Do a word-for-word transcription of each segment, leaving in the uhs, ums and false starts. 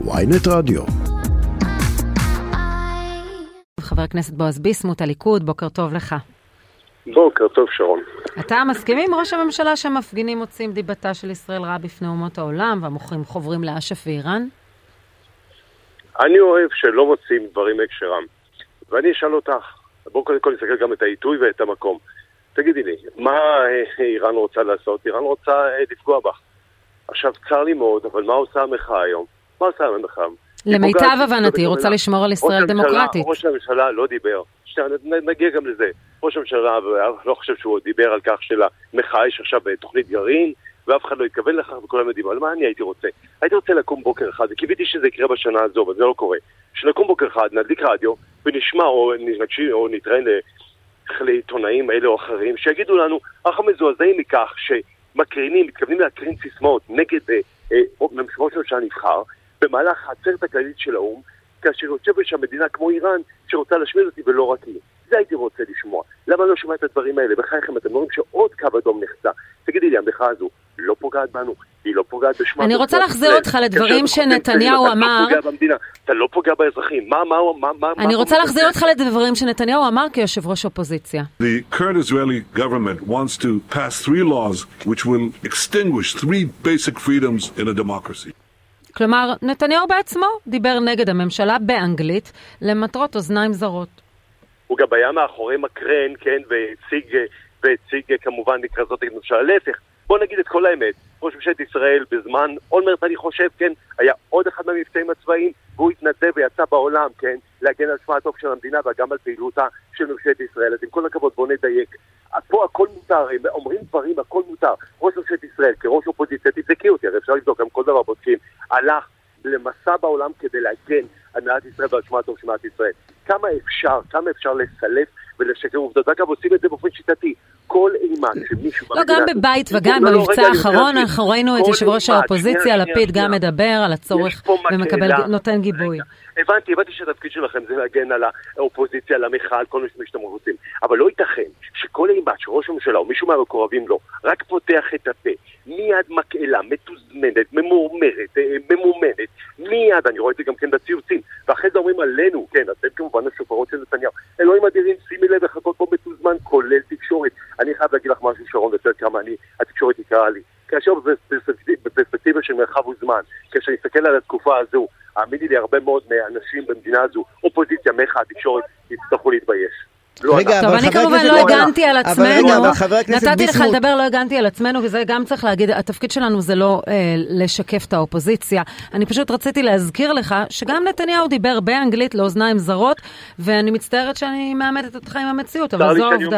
וויינט רדיו. חבר הכנסת בועז ביסמוט, הליכוד, בוקר טוב לך. בוקר טוב שרון. אתה מסכים עם ראש הממשלה שהמפגינים מוצאים דיבתה של ישראל רעה בפני אומות העולם והמוכרים חוברים לאש"ף ואיראן? אני אוהב שלא מוצאים דברים הקשרם. ואני אשאל אותך, בואו קודם כל נסתכל גם את העיתוי ואת המקום. תגידי לי, מה איראן רוצה לעשות? איראן רוצה לפגוע בך. עכשיו, צר לי מאוד, אבל מה עושה המחאה היום? מה עושה המחאה? למיטב הבנתי, רוצה לשמור על ישראל דמוקרטית. ראש הממשלה לא דיבר. נגיע גם לזה. ראש הממשלה לא חושב שהוא דיבר על כך שלמחאה יש עכשיו תוכנית גרעין, ואף אחד לא התכוון לכך וכולם יודעים. אבל מה אני הייתי רוצה? הייתי רוצה לקום בוקר אחד, וקיוויתי שזה יקרה בשנה הזו, אבל זה לא קורה. שנקום בוקר אחד, נדליק רדיו, ונשמע או נקשיב או נתראיין לעיתונאים אלה או אחרים, שיגידו לנו, אנחנו מזועזעים מכך שמקרינים, מתכוונים להקרין סיסמאות נגד ראש הממשלה נבחר, במהלך העצרת הכללית של האו"ם, כאשר יושבת שם מדינה כמו איראן, שרוצה להשמיד אותי ולא רק לי. זה הייתי רוצה לשמוע. למה לא שומע את הדברים האלה? בחייכם, אתם אומרים שעוד קו אדום נחצה. תגידי לי, המחאה הזו לא פוגעת בנו, היא לא פוגעת בשמה. אני רוצה להחזיר אותך לדברים שנתניהו אמר. אתה לא פוגע באזרחים. מה, מה, מה, מה... אני רוצה להחזיר אותך לדברים שנתניהו אמר כיושב ראש אופוזיציה. The current Israeli government wants to pass three laws which will extinguish three basic freedoms in a democracy. כלומר, נתניהו בעצמו דיבר נגד הממשלה באנגלית למטרות אוזניים זרות. הוא גם היה מאחורי מקרן, כן, והציג, והציג כמובן מכרזות נגד הממשלה. להפך, בוא נגיד את כל האמת. ראש ממשלת ישראל בזמן אולמרט, אני חושב, כן, היה עוד אחד מהמבצעים הצבאיים, והוא התנדב ויצא בעולם, כן, להגן על שמה הטוב של המדינה וגם על פעילותה של ממשלת ישראל. אז עם כל הכבוד, בוא נדייק. פה הכל מותר, אומרים דברים, הכל מותר. ראש ממשלת ישראל, כראש אופוזיציה, תבדקי אותי, הרי אפשר לבדוק, גם כל דבר בודקים, הלך למסע בעולם כדי להגן על מדינת ישראל ועל שמה הטוב של מדינת ישראל. כמה אפשר, כמה אפשר לסלף ולשקר עובדות. אגב, עושים את זה באופן שיטתי. כל אימה שמישהו... לא, גם בבית וגם במבצע האחרון, אנחנו ראינו את יושב ראש האופוזיציה, לפיד גם מדבר על הצורך ונותן גיבוי. הבנתי, הבנתי שהתפקיד שלכם זה להגן על האופוזיציה, על המחאה, על כל מי שאתם רוצים. אבל לא ייתכן שכל אימת שראש הממשלה או מישהו מהמקורבים לו, רק פותח את הפה, מיד מקהלה, מתוזמנת, ממורמרת, ממומנת, מיד, אני רואה את זה גם כן בציוצים, ואחרי זה אומרים עלינו, כן, אתם כמובן השופרות של נתניהו, אלוהים אדירים, שימי לב איך הכל פה מתוזמן, כולל תקשורת. אני חייב להגיד לך משהו, שרון, יותר כמה אני, התקשורת יקרה לי. כאשר בפרספקטיבה של מרחב וזמן, כאשר נסתכל על התקופה הזו, האמיני לי, הרבה מאוד מהאנשים במדינה הזו, אופוזיציה, מחאה, התקשורת, יצטרכו להתבייש. טוב, אני כמובן לא הגנתי על עצמנו, נתתי לך לדבר, לא הגנתי על עצמנו, וזה גם צריך להגיד, התפקיד שלנו זה לא לשקף את האופוזיציה. אני פשוט רציתי להזכיר לך שגם נתניהו דיבר באנגלית לאוזניים זרות, ואני מצטערת שאני מאמדת אותך עם המציאות, אבל זו העובדה.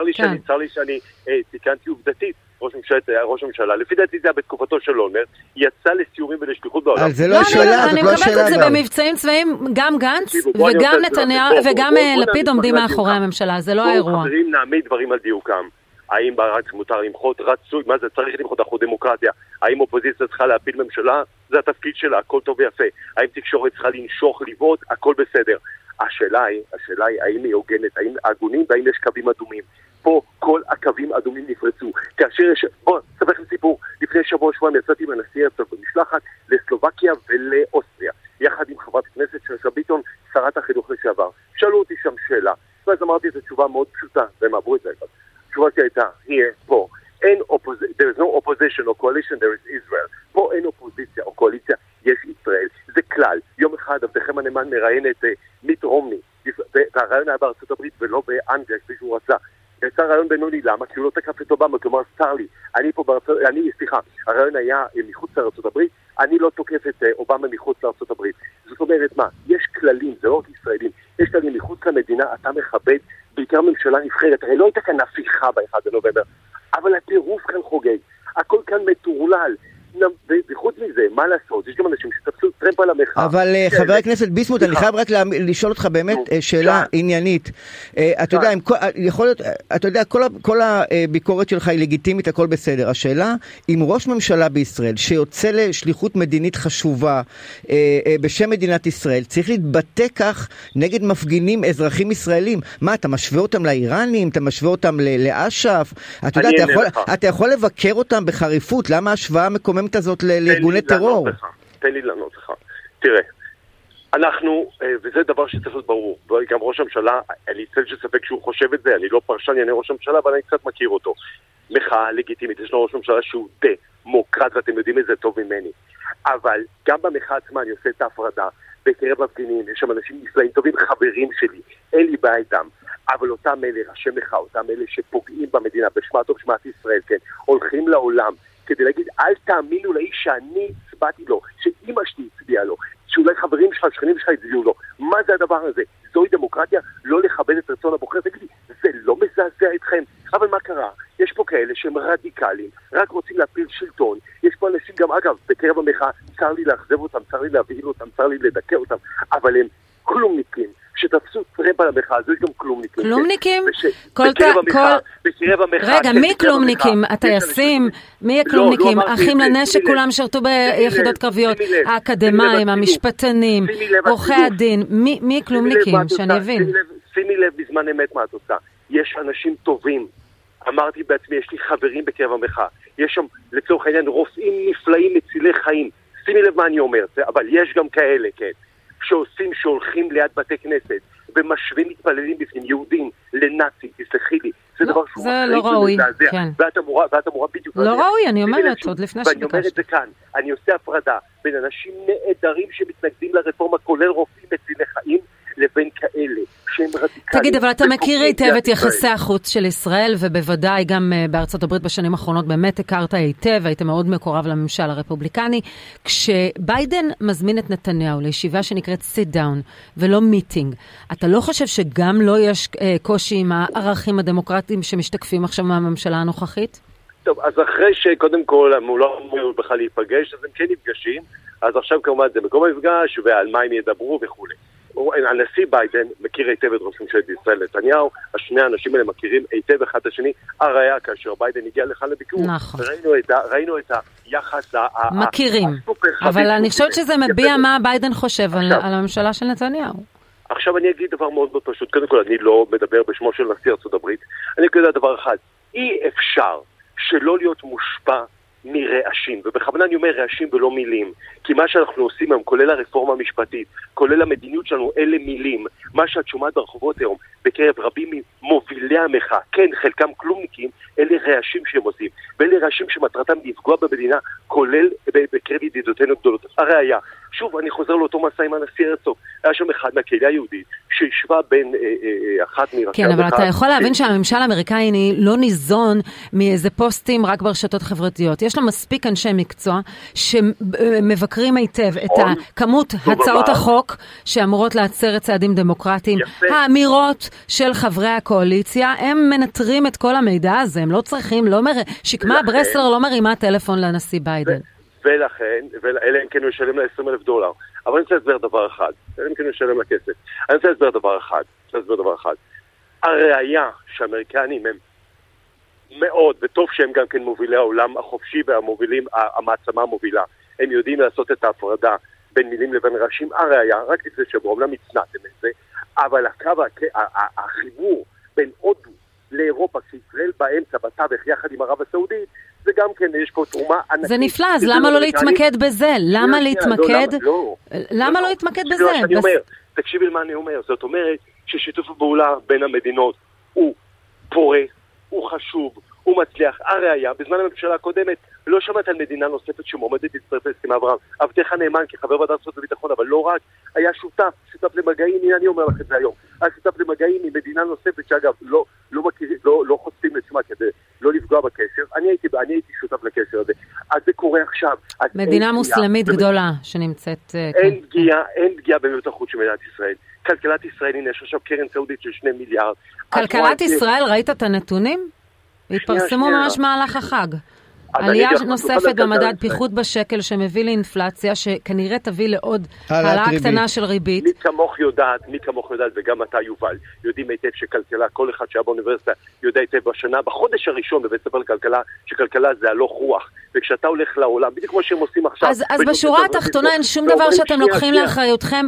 צר לי שאני תיקנתי עובדתית. ראש ממשלת, ראש הממשלה, לפי דעתי זה היה בתקופתו של אולמרט, יצא לסיורים ולשליחות בעולם. אז זה לא שאלה, אני מקבלת את זה במבצעים צבאיים, גם גנץ וגם נתניהו וגם לפיד עומדים מאחורי הממשלה, זה לא האירוע. חברים, נעמיד דברים על דיוקם. האם בארץ מותר למחות? רצוי, מה זה צריך למחות? אנחנו דמוקרטיה. האם אופוזיציה צריכה להפיל ממשלה? זה התפקיד שלה, הכל טוב ויפה. האם תקשורת צריכה לנשוך, לבעוט? הכל בסדר. השאלה היא, השאלה היא, האם היא הוגנת, האם הגונים, והאם יש קווים אדומים. פה כל הקווים אדומים נפרצו. כאשר יש... בוא, ספר לכם סיפור. לפני שבוע שבועיים יצאתי מהנשיא במשלחת לסלובקיה ולאוסטריה. יחד עם חברת הכנסת שאשא ביטון, שרת החינוך לשעבר. שאלו אותי שם שאלה. ואז אמרתי את התשובה מאוד פשוטה, והם עברו את זה. התשובה שלי הייתה, here, פה. אין אופוזיציה, there is no opposition or coalition, there is Israel. פה אין אופוזיציה או קואליציה, יש ישראל. זה כלל. יום אחד, עבדכם הנאמן מראיין את מיט רומני, והרעיון היה בארצות הברית ולא באנגליה, כפי שהוא רצה. יצא רעיון בינוני, למה? כי הוא לא תקף את אובמה, כלומר סטאר לי, אני פה בארצות, אני, סליחה, הרעיון היה מחוץ לארצות הברית, אני לא תוקף את אובמה מחוץ לארצות הברית. זאת אומרת מה? יש כללים, זה לא רק ישראלים, יש כללים מחוץ למדינה, אתה מכבד, בעיקר ממשלה נבחרת, הרי לא הייתה כאן הפיכה ב-אחד בנובמבר, אבל הטירוף כאן חוגג, הכל כאן מטורלל, וחוץ מזה, מה לעשות? יש גם אנשים שתפסו טרמפ על המחאה. אבל חבר הכנסת ביסמוט, אני חייב רק לשאול אותך באמת שאלה עניינית. אתה יודע, יכול להיות, אתה יודע, כל הביקורת שלך היא לגיטימית, הכל בסדר. השאלה, אם ראש ממשלה בישראל שיוצא לשליחות מדינית חשובה בשם מדינת ישראל, צריך להתבטא כך נגד מפגינים אזרחים ישראלים. מה, אתה משווה אותם לאיראנים? אתה משווה אותם לאש"ף? אתה יודע, אתה יכול לבקר אותם בחריפות. למה ההשוואה מקוממת הזאת לארגוני טרור? תן לי לענות לך. תראה, אנחנו, וזה דבר שצריך להיות ברור, גם ראש הממשלה, אני צל שספק שהוא חושב את זה, אני לא פרשן לענייני ראש הממשלה, אבל אני קצת מכיר אותו. מחאה לגיטימית, יש לו ראש הממשלה שהוא דמוקרט, ואתם יודעים את זה טוב ממני. אבל גם במחאה עצמה אני עושה את ההפרדה, בקרב מפגינים, יש שם אנשים נפלאים טובים, חברים שלי, אין לי בעיה איתם. אבל אותם אלה, ראשי מחאה, אותם אלה שפוגעים במדינה, בשמה טוב שמת ישראל, כן, הולכים לעולם, כדי להגיד, אל תאמינו לאיש שאני הצבעתי לו, שאמא שלי הצביעה לו, שאולי חברים שלך, שכנים שלך הצביעו לו. מה זה הדבר הזה? זוהי דמוקרטיה, לא לכבד את רצון הבוחר. תגידי, זה לא מזעזע אתכם. אבל מה קרה? יש פה כאלה שהם רדיקליים, רק רוצים להפיל שלטון. יש פה אנשים גם, אגב, בקרב המחאה, צר לי לאכזב אותם, צר לי להבהיל אותם, צר לי לדכא אותם, אבל הם כלומניקים. שתפסו טרמפ על המחאה, אז יש גם כלומניקים. כלומניקים? בקרב המחאה, בקרב המחאה. רגע, מי כלומניקים? הטייסים? מי הכלומניקים? אחים לנשק, כולם שרתו ביחידות קרביות, האקדמיים, המשפטנים, עורכי הדין, מי כלומניקים? שאני אבין. שימי לב בזמן אמת מה את עושה. יש אנשים טובים. אמרתי בעצמי, יש לי חברים בקרב המחאה. יש שם, לצורך העניין, רופאים נפלאים מצילי חיים. שימי לב מה אני אומר, אבל יש גם כאלה, כן. שעושים, שהולכים ליד בתי כנסת, ומשווים מתפללים בפנים יהודים לנאצים, תסלחי לי, זה דבר שהוא זה לא ראוי, כן. ואת אמורה, ואת אמורה בדיוק... לא ראוי, אני אומרת, עוד לפני שביקשת. ואני אומרת את זה כאן, אני עושה הפרדה בין אנשים נהדרים שמתנגדים לרפורמה, כולל רופאים מצילי חיים, לבין כאלה שהם רדיקליים. תגיד, אבל אתה מכיר היטב את יחסי החוץ של ישראל, ובוודאי גם בארצות הברית בשנים האחרונות באמת הכרת היטב, היית מאוד מקורב לממשל הרפובליקני. כשביידן מזמין את נתניהו לישיבה שנקראת sit down ולא meeting, אתה לא חושב שגם לא יש קושי עם הערכים הדמוקרטיים שמשתקפים עכשיו מהממשלה הנוכחית? טוב, אז אחרי שקודם כל הוא לא אמור בכלל להיפגש, אז הם כן נפגשים, אז עכשיו כמובן זה מקום המפגש ועל מה הם ידברו וכו'. הנשיא ביידן מכיר היטב את ראש ממשלת ישראל נתניהו, השני האנשים האלה מכירים היטב אחד את השני, הראיה כאשר ביידן הגיע לכאן לביקור, נכון. וראינו את, ראינו את היחס מכירים, אבל אני חושבת שזה מביע מה ביידן חושב על, על הממשלה של נתניהו. עכשיו אני אגיד דבר מאוד מאוד פשוט, קודם כל אני לא מדבר בשמו של נשיא ארצות הברית, אני אגיד דבר אחד, אי אפשר שלא להיות מושפע מרעשים, ובכוונה אני אומר רעשים ולא מילים, כי מה שאנחנו עושים היום, כולל הרפורמה המשפטית, כולל המדיניות שלנו, אלה מילים. מה שאת שומעת ברחובות היום, בקרב רבים ממובילי המחאה, כן, חלקם כלומניקים, אלה רעשים שהם עושים, ואלה רעשים שמטרתם לפגוע במדינה, כולל בקרב ידידותינו גדולות. הראיה, שוב, אני חוזר לאותו מסע עם הנשיא הרצוג, היה שם אחד מהקהילה היהודית, שישבה בין אה, אה, אחת מראשי כן, אבל אתה יכול להבין שהממשל האמריקאי לא ניזון מאיזה פוסטים רק ברשתות חברתיות. יש לו מספיק אנשי מקצוע שמבקרים היטב את כמות הצעות החוק שאמורות לעצר את צעדים דמוקרטיים. האמירות של חברי הקואליציה, הם מנטרים את כל המידע הזה, הם לא צריכים, לא מר... שקמה ברסלר לא מרימה טלפון לנשיא ביידן. ולכן, אלא אם כן הוא ישלם לה עשרים אלף דולר. אבל אני רוצה להסבר דבר אחד. אלא אם כן הוא ישלם לה כסף. אני רוצה להסבר דבר אחד. אני רוצה להסבר דבר אחד. הראיה שהאמריקנים הם מאוד, וטוב שהם גם כן מובילי העולם החופשי והמובילים, המעצמה המובילה. הם יודעים לעשות את ההפרדה בין מילים לבין ראשים. הראיה, רק לפני שבוע, אומנם הצנעתם את זה, אבל הקו, החיבור בין הודו לאירופה, כשישראל באמצע, בתווך, יחד עם ערב הסעודית, זה גם כן, יש פה תרומה ענקית. זה נפלא, אז למה לא להתמקד בזה? למה להתמקד? למה לא להתמקד בזה? אני אומר, תקשיבי למה אני אומר, זאת אומרת ששיתוף הפעולה בין המדינות הוא פורה, הוא חשוב, הוא מצליח. הראיה, בזמן הממשלה הקודמת, לא שמעת על מדינה נוספת שמועמדת להצטרף להסכם אברהם. עבדך נאמן כחבר ועדת חוץ וביטחון, אבל לא רק, היה שותף, שותף למגעים, הנה אני אומר לך את זה היום. היה שותף למגעים ממדינה נוספת, שאגב, לא, לא מכירים, לא, לא חוצים לשמה כדי לא לפגוע בקשר. אני הייתי, אני הייתי שותף לקשר הזה. אז זה קורה עכשיו. מדינה מוסלמית גדולה שנמצאת... אין פגיעה, אין פגיעה במדיניות החוץ של מדינת ישראל. כלכלת ישראל, הנה, יש עכשיו קרן סעודית של שני מיליארד. כלכלת ישראל, ראית את הנתונים? התפרסמו ממש מהלך החג. עלייה נוספת במדד פיחות בשקל שמביא לאינפלציה, שכנראה תביא לעוד העלאה קטנה של ריבית. מי כמוך יודעת, מי כמוך יודעת, וגם אתה יובל, יודעים היטב שכלכלה, כל אחד שהיה באוניברסיטה יודע היטב בשנה, בחודש הראשון בבית ספר לכלכלה, שכלכלה זה הלוך רוח. וכשאתה הולך לעולם, בדיוק כמו שהם עושים עכשיו... אז, אז בשורה התחתונה אין שום דבר שאתם לוקחים לאחריותכם.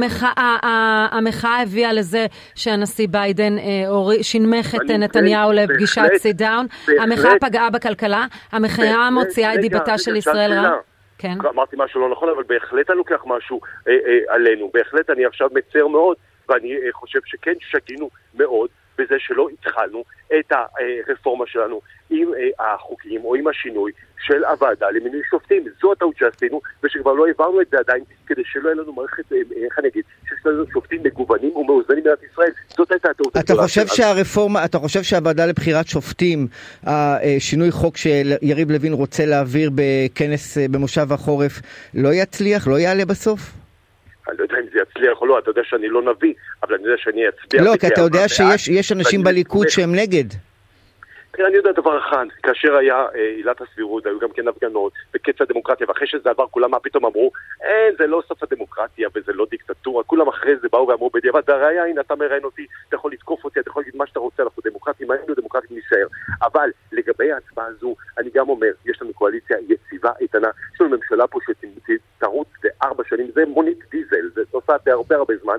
המחאה הביאה לזה שהנשיא ביידן שינמך את נתניהו לפגישת sit down. המחאה פגעה בכלכלה. המחאה מוציאה את דיבתה של ישראל רע. כן. אמרתי משהו לא נכון, אבל בהחלט אני לוקח משהו אה, אה, עלינו. בהחלט אני עכשיו מצר מאוד, ואני אה, חושב שכן שגינו מאוד בזה שלא התחלנו את הרפורמה שלנו עם אה, החוקים או עם השינוי של הוועדה למינוי שופטים. זו הטעות שעשינו, ושכבר לא העברנו את זה עדיין, כדי שלא יהיה לנו מערכת, אה, איך אני אגיד, שיש לנו שופטים מגוונים ומאוזנים במדינת ישראל. זאת הייתה הטעות. אתה חושב שהרפורמה, אתה חושב שהוועדה לבחירת שופטים, השינוי חוק שיריב לוין רוצה להעביר בכנס במושב החורף, לא יצליח, לא יעלה בסוף? אני לא יודע אם זה יצליח או לא, אתה יודע שאני לא נביא, אבל אני יודע שאני אצביע... לא, כי אתה יודע שיש אנשים בליכוד שהם נגד. אני יודע דבר אחד, כאשר היה עילת הסבירות, היו גם כן הפגנות, בקץ הדמוקרטיה, ואחרי שזה עבר, כולם מה פתאום אמרו, אין, זה לא סוף הדמוקרטיה, וזה לא דיקטטורה, כולם אחרי זה באו ואמרו בדיעבד, והראיה, הנה, אתה מראיין אותי, אתה יכול לתקוף אותי, אתה יכול להגיד מה שאתה רוצה, אנחנו דמוקרטים, היינו דמוקרטים נשאר. אבל לגבי ההצבעה הזו, אני גם אומר, יש לנו קואליציה יציבה, איתנה, יש לנו ממשלה פה שתרוץ בארבע שנים, זה מונית דיזל, זה נוסעת בהרבה הרבה זמן,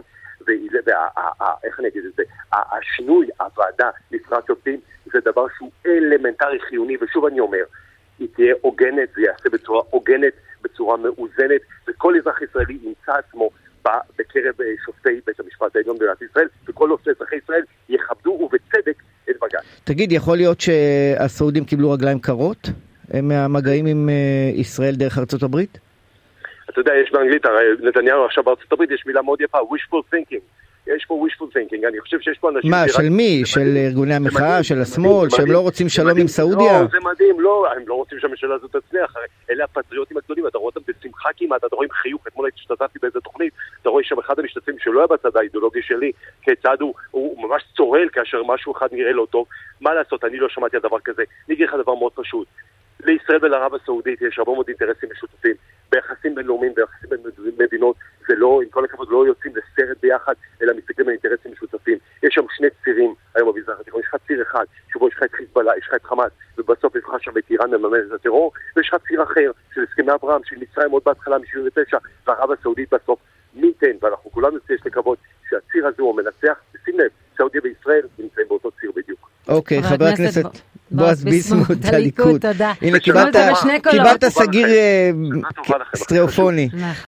ואיך אני אגיד את זה, השינוי, הוועדה לבחירת שופטים, זה דבר שהוא אלמנטרי חיוני, ושוב אני אומר, היא תהיה הוגנת, זה יעשה בצורה הוגנת, בצורה מאוזנת, וכל אזרח ישראלי ימצא עצמו בקרב שופטי בית המשפט העליון במדינת ישראל, וכל אזרחי ישראל יכבדו ובצדק את בג"ץ. תגיד, יכול להיות שהסעודים קיבלו רגליים קרות מהמגעים עם ישראל דרך ארצות הברית? אתה יודע, יש באנגלית, הרי נתניהו עכשיו בארצות הברית, יש מילה מאוד יפה, wishful thinking. יש פה wishful thinking, אני חושב שיש פה אנשים... מה, של מי? של ארגוני המחאה, של השמאל, שהם לא רוצים שלום עם סעודיה? לא, זה מדהים, לא, הם לא רוצים שהממשלה הזאת תצליח, אלה הפטריוטים הגדולים, אתה רואה אותם בשמחה כמעט, אתה רואה עם חיוך, אתמול השתתפתי באיזה תוכנית, אתה רואה שם אחד המשתתפים שלא היה בצד האידיאולוגי שלי, כיצד הוא, הוא ממש צורל כאשר משהו אחד נראה לו טוב. מה לעשות, אני לא שמעתי על דבר כזה. אני אגיד לך דבר מאוד פשוט. לישראל ולערב הסעודית יש הרבה מאוד אינטרסים משותפים. ביחסים בינלאומיים, ביחסים בין מדינות, זה לא, עם כל הכבוד, לא יוצאים לסרט ביחד, אלא מסתכלים על אינטרסים משותפים. יש שם שני צירים, היום במזרח התיכון, יש לך ציר אחד, שבו יש לך את חיזבאללה, יש לך את חמאס, ובסוף יש לך שם את איראן מממנת את הטרור, ויש לך ציר אחר, של הסכמי אברהם, של מצרים עוד בהתחלה מ-שבעים ותשע, וערב הסעודית בסוף. מי ייתן, ואנחנו כולנו יש לקוות שהציר הזה הוא מנצח, ושים לב, סעודיה וישראל נמצאים באותו ציר בדיוק. אוקיי, חבר הכנסת בועז ביסמוט, הליכוד. תודה. הנה, קיבלת סגיר סטריאופוני.